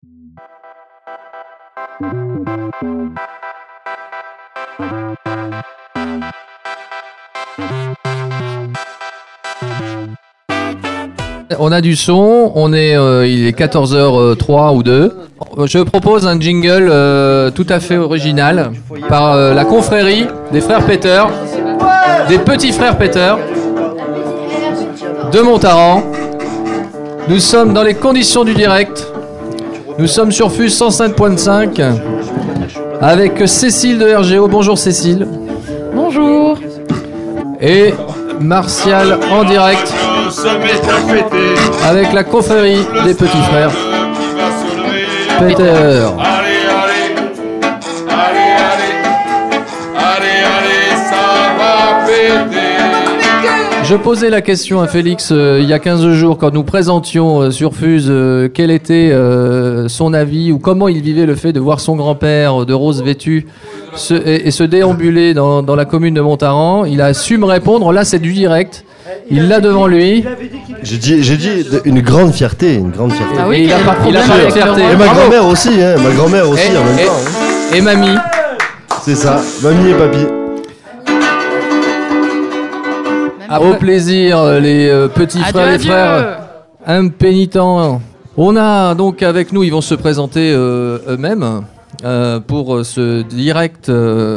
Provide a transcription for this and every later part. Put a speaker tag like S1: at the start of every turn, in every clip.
S1: On a du son, il est 14h03 ou 2. Je propose un jingle tout à fait original par la confrérie des frères Peter, des petits frères Peter de Montaran. Nous sommes dans les conditions du direct. Nous sommes sur FUS 105.5 avec Cécile de RGO. Bonjour Cécile.
S2: Bonjour.
S1: Et Martial en direct avec la confrérie des petits frères Peter. Je posais la question à Félix il y a 15 jours quand nous présentions sur FUS quel était son avis ou comment il vivait le fait de voir son grand-père de rose vêtu se déambuler dans la commune de Montaran. Il a su me répondre, là c'est du direct, il l'a devant lui.
S3: J'ai dit une grande fierté,
S1: Ah oui, il a parlé de fierté.
S3: Et ma grand-mère aussi, en même temps.
S1: Et mamie.
S3: C'est ça, mamie et papy.
S1: Au plaisir, les petits frères et frères impénitents. On a donc avec nous, ils vont se présenter eux-mêmes pour ce direct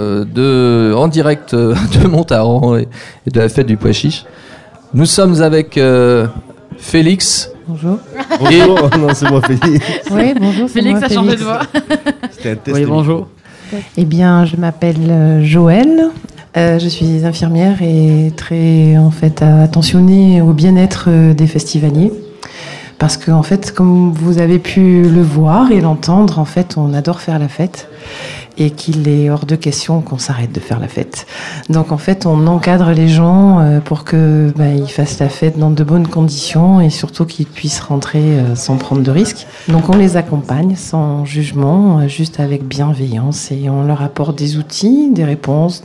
S1: en direct de Montaran et de la fête du pois chiche. Nous sommes avec Félix.
S4: Bonjour.
S3: Bonjour, non, c'est moi Félix.
S4: Oui, bonjour.
S2: Félix a changé de voix.
S3: C'était un test.
S5: Oui, bonjour.
S4: Eh bien, je m'appelle Joëlle. Je suis infirmière et très attentionnée au bien-être des festivaliers. Parce que, en fait, comme vous avez pu le voir et l'entendre, en fait, on adore faire la fête et qu'il est hors de question qu'on s'arrête de faire la fête. Donc, en fait, on encadre les gens pour que ils fassent la fête dans de bonnes conditions et surtout qu'ils puissent rentrer sans prendre de risques. Donc, on les accompagne sans jugement, juste avec bienveillance et on leur apporte des outils, des réponses,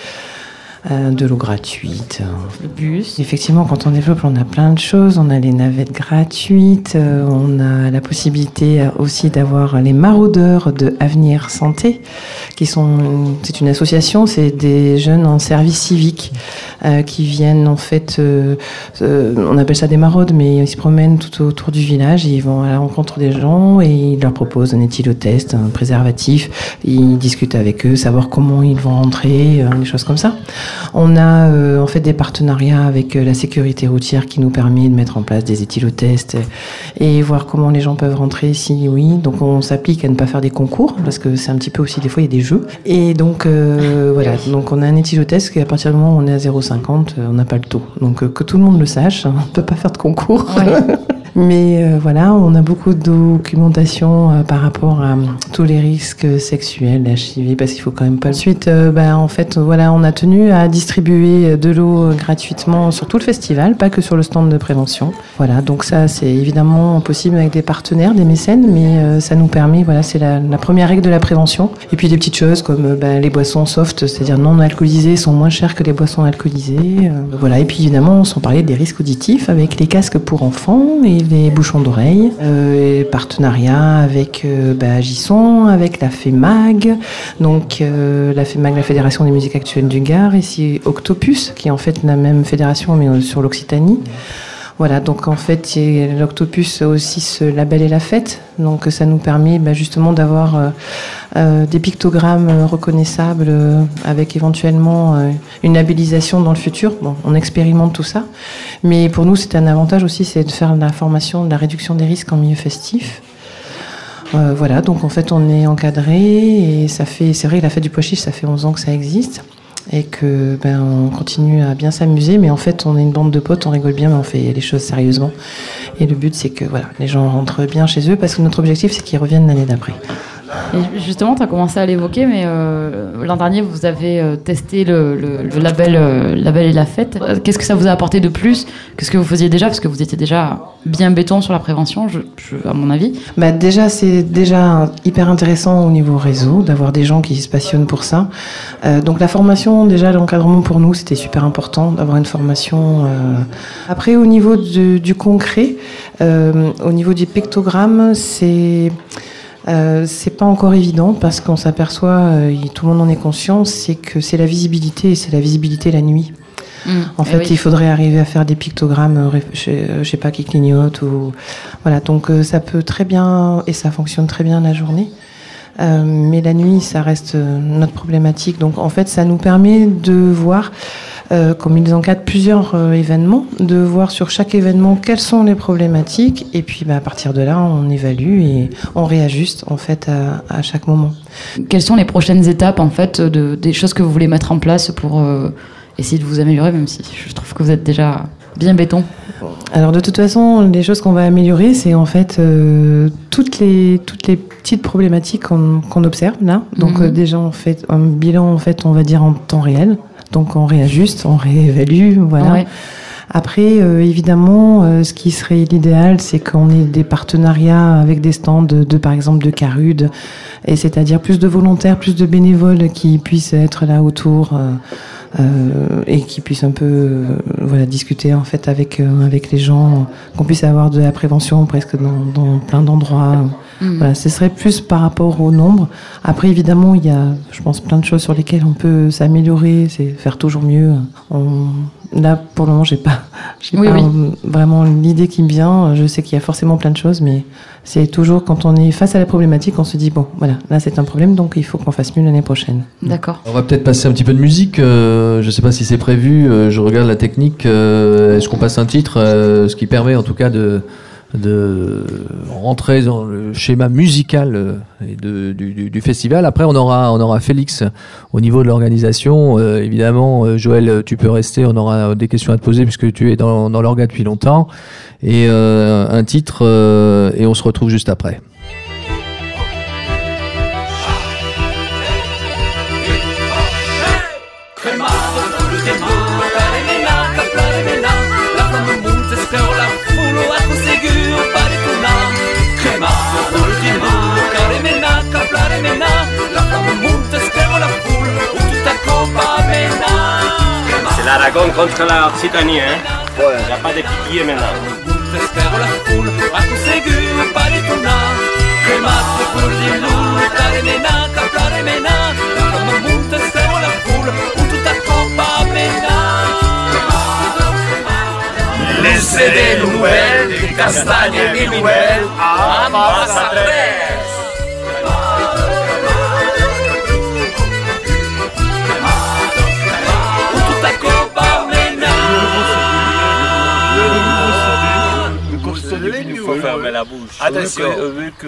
S4: de l'eau gratuite.
S2: Le bus.
S4: Effectivement, quand on développe, on a plein de choses. On a les navettes gratuites. On a la possibilité aussi d'avoir les maraudeurs de Avenir Santé, c'est une association, c'est des jeunes en service civique qui viennent en fait, on appelle ça des maraudes, mais ils se promènent tout autour du village et ils vont à la rencontre des gens et ils leur proposent un éthylotest, un préservatif. Ils discutent avec eux, savoir comment ils vont rentrer, des choses comme ça. On a en fait des partenariats avec la sécurité routière qui nous permet de mettre en place des éthylotests et voir comment les gens peuvent rentrer si oui. Donc on s'applique à ne pas faire des concours parce que c'est un petit peu aussi des fois il y a des jeux. Et donc voilà, donc on a un éthylotest qui à partir du moment où on est à 0,50, on n'a pas le taux. Donc que tout le monde le sache, on ne peut pas faire de concours. Ouais. Mais voilà, on a beaucoup de documentation par rapport à tous les risques sexuels, HIV, parce qu'il faut quand même pas. Ensuite, en fait, voilà, on a tenu à distribuer de l'eau gratuitement sur tout le festival, pas que sur le stand de prévention. Voilà, donc ça, c'est évidemment possible avec des partenaires, des mécènes, mais ça nous permet, voilà, c'est la première règle de la prévention. Et puis des petites choses comme les boissons soft, c'est-à-dire non alcoolisées, sont moins chères que les boissons alcoolisées. Voilà, et puis évidemment, sans parler des risques auditifs avec les casques pour enfants et les bouchons d'oreilles, partenariat avec Agisson, avec la FEMAG, donc la FEMAG, la Fédération des musiques actuelles du Gard, ici Octopus, qui est en fait la même fédération mais sur l'Occitanie. Voilà, donc en fait, l'Octopus a aussi ce label et la fête, donc ça nous permet justement d'avoir des pictogrammes reconnaissables avec éventuellement une labellisation dans le futur. Bon, on expérimente tout ça, mais pour nous, c'est un avantage aussi, c'est de faire la formation de la réduction des risques en milieu festif. Voilà, donc en fait, on est encadré et c'est vrai que la fête du pois chiche, ça fait 11 ans que ça existe. Et que on continue à bien s'amuser, mais en fait on est une bande de potes, on rigole bien, mais on fait les choses sérieusement. Et le but c'est que voilà, les gens rentrent bien chez eux, parce que notre objectif c'est qu'ils reviennent l'année d'après.
S2: Et justement, tu as commencé à l'évoquer, mais l'an dernier, vous avez testé le label et la fête. Qu'est-ce que ça vous a apporté de plus que ce que vous faisiez déjà ? Parce que vous étiez déjà bien béton sur la prévention, à mon avis.
S4: Déjà, c'est déjà hyper intéressant au niveau réseau, d'avoir des gens qui se passionnent pour ça. Donc la formation, déjà l'encadrement pour nous, c'était super important, d'avoir une formation. Après, au niveau du concret, au niveau du pictogramme, C'est pas encore évident parce qu'on s'aperçoit, tout le monde en est conscient, c'est que c'est la visibilité et c'est la visibilité la nuit. En fait, il faudrait arriver à faire des pictogrammes, je sais pas, qui clignotent ou voilà. Donc ça peut très bien et ça fonctionne très bien la journée, mais la nuit, ça reste notre problématique. Donc en fait, ça nous permet de voir, comme ils encadrent plusieurs événements, de voir sur chaque événement quelles sont les problématiques et puis à partir de là, on évalue et on réajuste en fait à chaque moment.
S2: Quelles sont les prochaines étapes en fait des choses que vous voulez mettre en place pour essayer de vous améliorer, même si je trouve que vous êtes déjà bien béton?
S4: Alors de toute façon, les choses qu'on va améliorer, c'est en fait toutes les petites problématiques qu'on observe là. Donc déjà on fait un bilan en fait, on va dire en temps réel. Donc on réajuste, on réévalue, voilà. Ouais. Après, évidemment, ce qui serait l'idéal, c'est qu'on ait des partenariats avec des stands de par exemple de Carude, et c'est-à-dire plus de volontaires, plus de bénévoles qui puissent être là autour. Et qui puissent un peu discuter en fait avec les gens, qu'on puisse avoir de la prévention presque dans plein d'endroits. Voilà, ce serait plus par rapport au nombre. Après, évidemment, il y a, je pense, plein de choses sur lesquelles on peut s'améliorer, c'est faire toujours mieux. Là, pour le moment, j'ai pas vraiment l'idée qui me vient. Je sais qu'il y a forcément plein de choses, mais c'est toujours quand on est face à la problématique, on se dit bon, voilà, là c'est un problème, donc il faut qu'on fasse mieux l'année prochaine.
S2: D'accord.
S1: On va peut-être passer un petit peu de musique. Je sais pas si c'est prévu. Je regarde la technique. Est-ce qu'on passe un titre, ce qui permet en tout cas de rentrer dans le schéma musical du festival. Après, on aura Félix au niveau de l'organisation. Évidemment, Joël, tu peux rester. On aura des questions à te poser puisque tu es dans l'orga depuis longtemps. Et un titre, et on se retrouve juste après.
S5: C'est l'Aragon contre la Occitanie, hein? Ouais. Il n'y a pas de pitié maintenant. Laissez des nouvelles, des castagnes et nouvelles à Ambassadresse. Il faut fermer la bouche. Attention, vu que...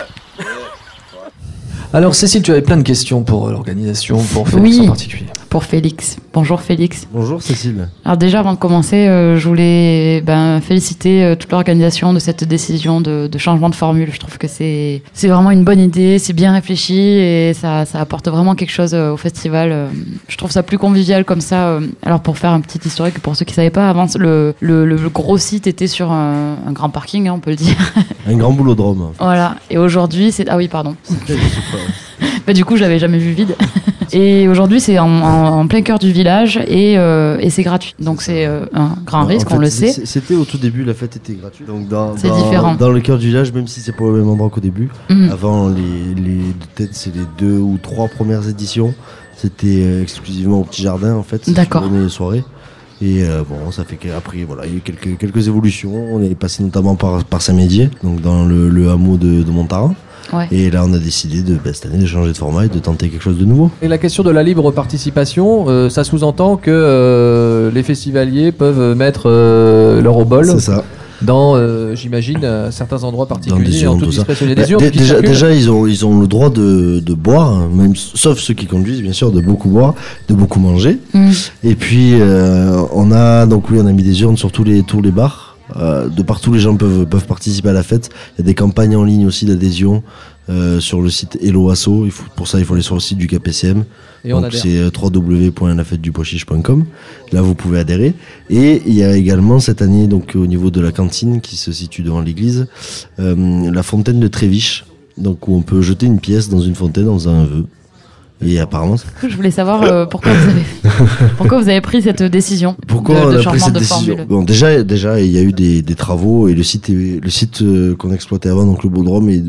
S1: Alors Cécile, tu avais plein de questions pour l'organisation, pour Félix en particulier.
S2: Pour Félix. Bonjour Félix.
S3: Bonjour Cécile.
S2: Alors déjà avant de commencer, je voulais féliciter toute l'organisation de cette décision de changement de formule. Je trouve que c'est vraiment une bonne idée, c'est bien réfléchi et ça apporte vraiment quelque chose au festival. Je trouve ça plus convivial comme ça. Alors pour faire un petit historique, pour ceux qui ne savaient pas, avant le gros site était sur un grand parking, on peut le dire.
S3: Un grand boulodrome.
S2: Voilà. Et aujourd'hui, c'est... Ah oui, pardon. Du coup, je l'avais jamais vu vide. Et aujourd'hui, c'est en plein cœur du village et c'est gratuit. Donc c'est un grand risque, on le sait.
S3: C'était au tout début, la fête était gratuite. Donc
S2: c'est différent.
S3: Dans le cœur du village, même si c'est pas au même endroit qu'au début. Avant, peut-être c'est les 2 ou 3 premières éditions, c'était exclusivement au petit jardin en fait.
S2: D'accord.
S3: Les soirées. Et ça fait qu'après, voilà, il y a eu quelques évolutions. On est passé notamment par Saint-Médier, donc dans le hameau de Montarin. Ouais. Et là, on a décidé cette année de changer de format et de tenter quelque chose de nouveau.
S1: Et la question de la libre participation, ça sous-entend que les festivaliers peuvent mettre leur obol.
S3: C'est ça.
S1: Dans, j'imagine, certains endroits particuliers, en toute discrétion.
S3: Déjà, ils ont le droit de boire, hein, même, sauf ceux qui conduisent, bien sûr, de beaucoup boire, de beaucoup manger. Et puis, on a mis des urnes sur tous les bars. De partout, les gens peuvent participer à la fête. Il y a des campagnes en ligne aussi d'adhésion sur le site Hello Asso. Pour ça, il faut aller sur le site du KPCM. Et donc c'est www.lafetedupochiche.com. Là, vous pouvez adhérer. Et il y a également cette année, donc au niveau de la cantine qui se situe devant l'église, la fontaine de Tréviche, donc où on peut jeter une pièce dans une fontaine en faisant un vœu. Et apparemment,
S2: je voulais savoir pourquoi vous avez pris cette décision.
S3: Pourquoi on a pris cette décision ? Bon, déjà, il y a eu des travaux et le site qu'on exploitait avant, donc le Bodrum, est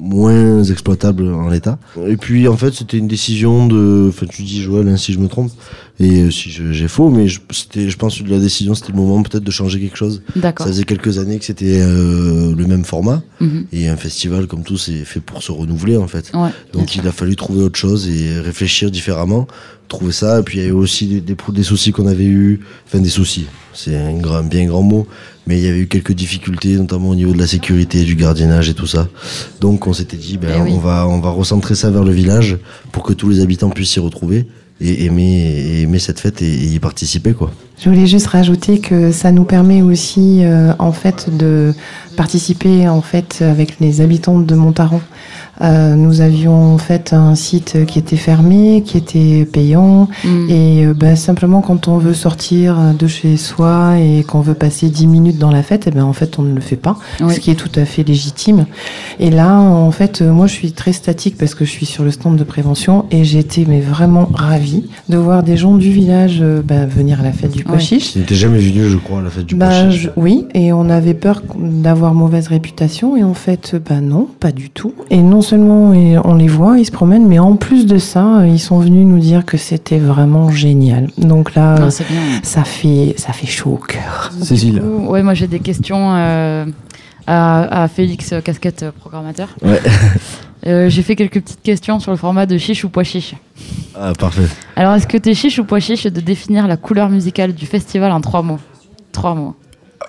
S3: moins exploitable en l'état. Et puis en fait c'était une décision de, enfin tu dis Joël hein, si je me trompe et si j'ai faux, mais je pense que la décision c'était le moment peut-être de changer quelque chose.
S2: D'accord.
S3: Ça faisait quelques années que c'était le même format et un festival comme tout c'est fait pour se renouveler en fait.
S2: Ouais,
S3: donc il a fallu trouver autre chose et réfléchir différemment, trouver ça. Et puis il y avait aussi des soucis qu'on avait eu, enfin des soucis, c'est un bien grand mot. Mais il y avait eu quelques difficultés, notamment au niveau de la sécurité, du gardiennage et tout ça. Donc on s'était dit, on va recentrer ça vers le village pour que tous les habitants puissent s'y retrouver et aimer cette fête et y participer, quoi.
S4: Je voulais juste rajouter que ça nous permet aussi, en fait, de participer, en fait, avec les habitants de Montaron. Nous avions en fait un site qui était fermé, qui était payant, et simplement quand on veut sortir de chez soi et qu'on veut passer 10 minutes dans la fête, en fait on ne le fait pas, ce qui est tout à fait légitime. Et là en fait moi je suis très statique parce que je suis sur le stand de prévention et j'étais vraiment ravie de voir des gens du village venir à la fête du pois chiche.
S3: Tu n'étais jamais venu je crois à la fête du pois chiche.
S4: Oui, et on avait peur d'avoir mauvaise réputation et en fait non, pas du tout. Et non seulement on les voit, ils se promènent, mais en plus de ça, ils sont venus nous dire que c'était vraiment génial. Donc là, ça fait chaud au cœur.
S1: Cécile.
S2: Ouais, moi j'ai des questions à Félix, casquette programmateur.
S3: Ouais.
S2: J'ai fait quelques petites questions sur le format de chiche ou pois chiche.
S3: Ah, parfait.
S2: Alors, est-ce que t'es chiche ou pois chiche de définir la couleur musicale du festival en 3 mots? 3 mots.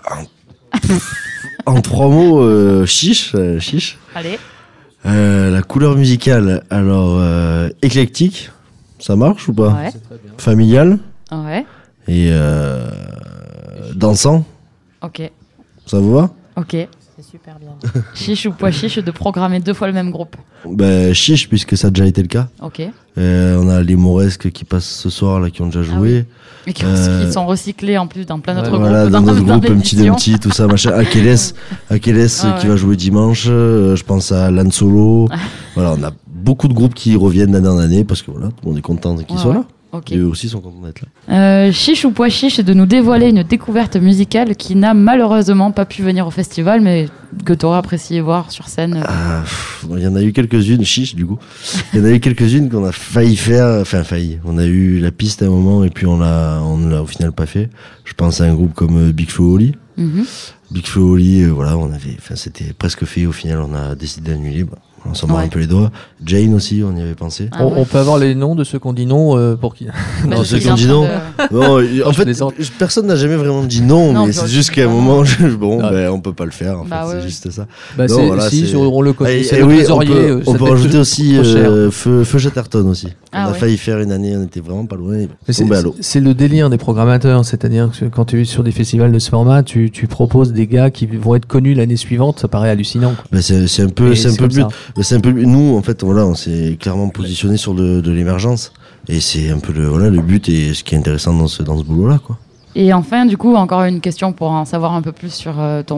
S3: En 3 mots, chiche.
S2: Allez.
S3: La couleur musicale, alors éclectique, ça marche ou pas?
S2: Ouais.
S3: Familial.
S2: Ouais.
S3: Et dansant.
S2: Ok.
S3: Ça vous va?
S2: Ok.
S4: C'est super bien.
S2: Chiche ou pois chiche de programmer 2 fois le même groupe?
S3: Chiche, puisque ça a déjà été le cas.
S2: Ok.
S3: On a les Mauresques qui passent ce soir, là, qui ont déjà joué.
S2: Et qui sont recyclés en plus dans plein d'autres groupes.
S3: Voilà, dans notre groupe, un petit, tout ça, machin. Akeles
S2: qui
S3: va jouer dimanche. Je pense à Lan Solo. Voilà, on a beaucoup de groupes qui reviennent d'année en année parce que voilà, tout le monde est content qu'ils soient là.
S2: Okay.
S3: Et eux aussi sont contents d'être là.
S2: Chiche ou pois chiche de nous dévoiler une découverte musicale qui n'a malheureusement pas pu venir au festival, mais que tu aurais apprécié voir sur scène.
S3: Il y en a eu quelques-unes, chiche du coup. Il y en a eu quelques-unes qu'on a failli faire, on a eu la piste à un moment et puis on l'a au final pas fait. Je pense à un groupe comme Big Flo Oli. Big Flo Oli, c'était presque fait. Au final, on a décidé d'annuler. On s'en mord un peu les doigts. Jane aussi, on y avait pensé.
S1: On peut avoir les noms de ceux qu'on dit non pour qui?
S3: Non, ceux qui ont dit non. Non, en fait, personne n'a jamais vraiment dit non, mais c'est juste qu'à un moment, on peut pas le faire. En fait, c'est juste ça.
S1: On le connaît.
S3: On peut rajouter aussi Feu Chatterton aussi. On a failli faire une année, on était vraiment pas loin.
S1: C'est le délire des programmateurs, c'est-à-dire que quand tu es sur des festivals de ce format, tu proposes des gars qui vont être connus l'année suivante, ça paraît hallucinant.
S3: C'est un peu le but. Nous, en fait, on s'est clairement positionné sur de l'émergence. Et c'est un peu le but et ce qui est intéressant dans ce boulot-là, quoi.
S2: Et enfin, du coup, encore une question pour en savoir un peu plus sur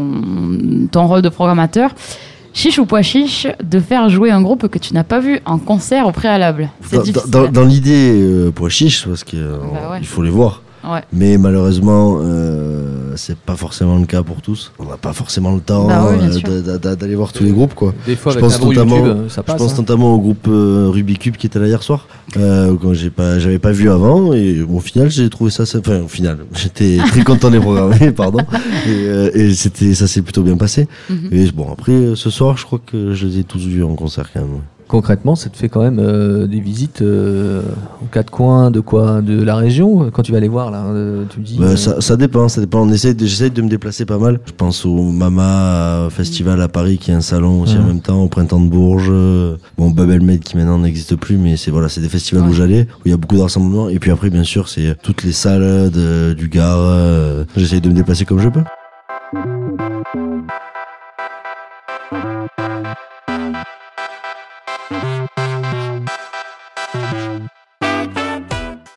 S2: ton rôle de programmateur. Chiche ou pois chiche de faire jouer un groupe que tu n'as pas vu en concert au préalable?
S3: Dans l'idée, pois chiche, parce qu'il faut les voir.
S2: Ouais.
S3: Mais malheureusement, c'est pas forcément le cas pour tous. On n'a pas forcément le temps d'aller voir tous les groupes, quoi.
S1: Des fois, avec YouTube, ça passe.
S3: Je pense notamment au groupe Rubik's Cube qui était là hier soir, quand j'avais pas vu avant, et au final, j'ai trouvé ça. Enfin, au final, j'étais très content des programmes, pardon. Et ça s'est plutôt bien passé. Et après, ce soir, je crois que je les ai tous vus en concert quand même.
S1: Concrètement, ça te fait quand même des visites aux 4 coins de la région quand tu vas les voir là. Tu dis.
S3: Ça dépend. J'essaie de me déplacer pas mal. Je pense au Mama Festival à Paris qui est un salon aussi en même temps, au Printemps de Bourges. Bubble Made qui maintenant n'existe plus, mais c'est des festivals où j'allais, où il y a beaucoup de rassemblements. Et puis après, bien sûr, c'est toutes les salles du Gard. J'essaie de me déplacer comme je peux.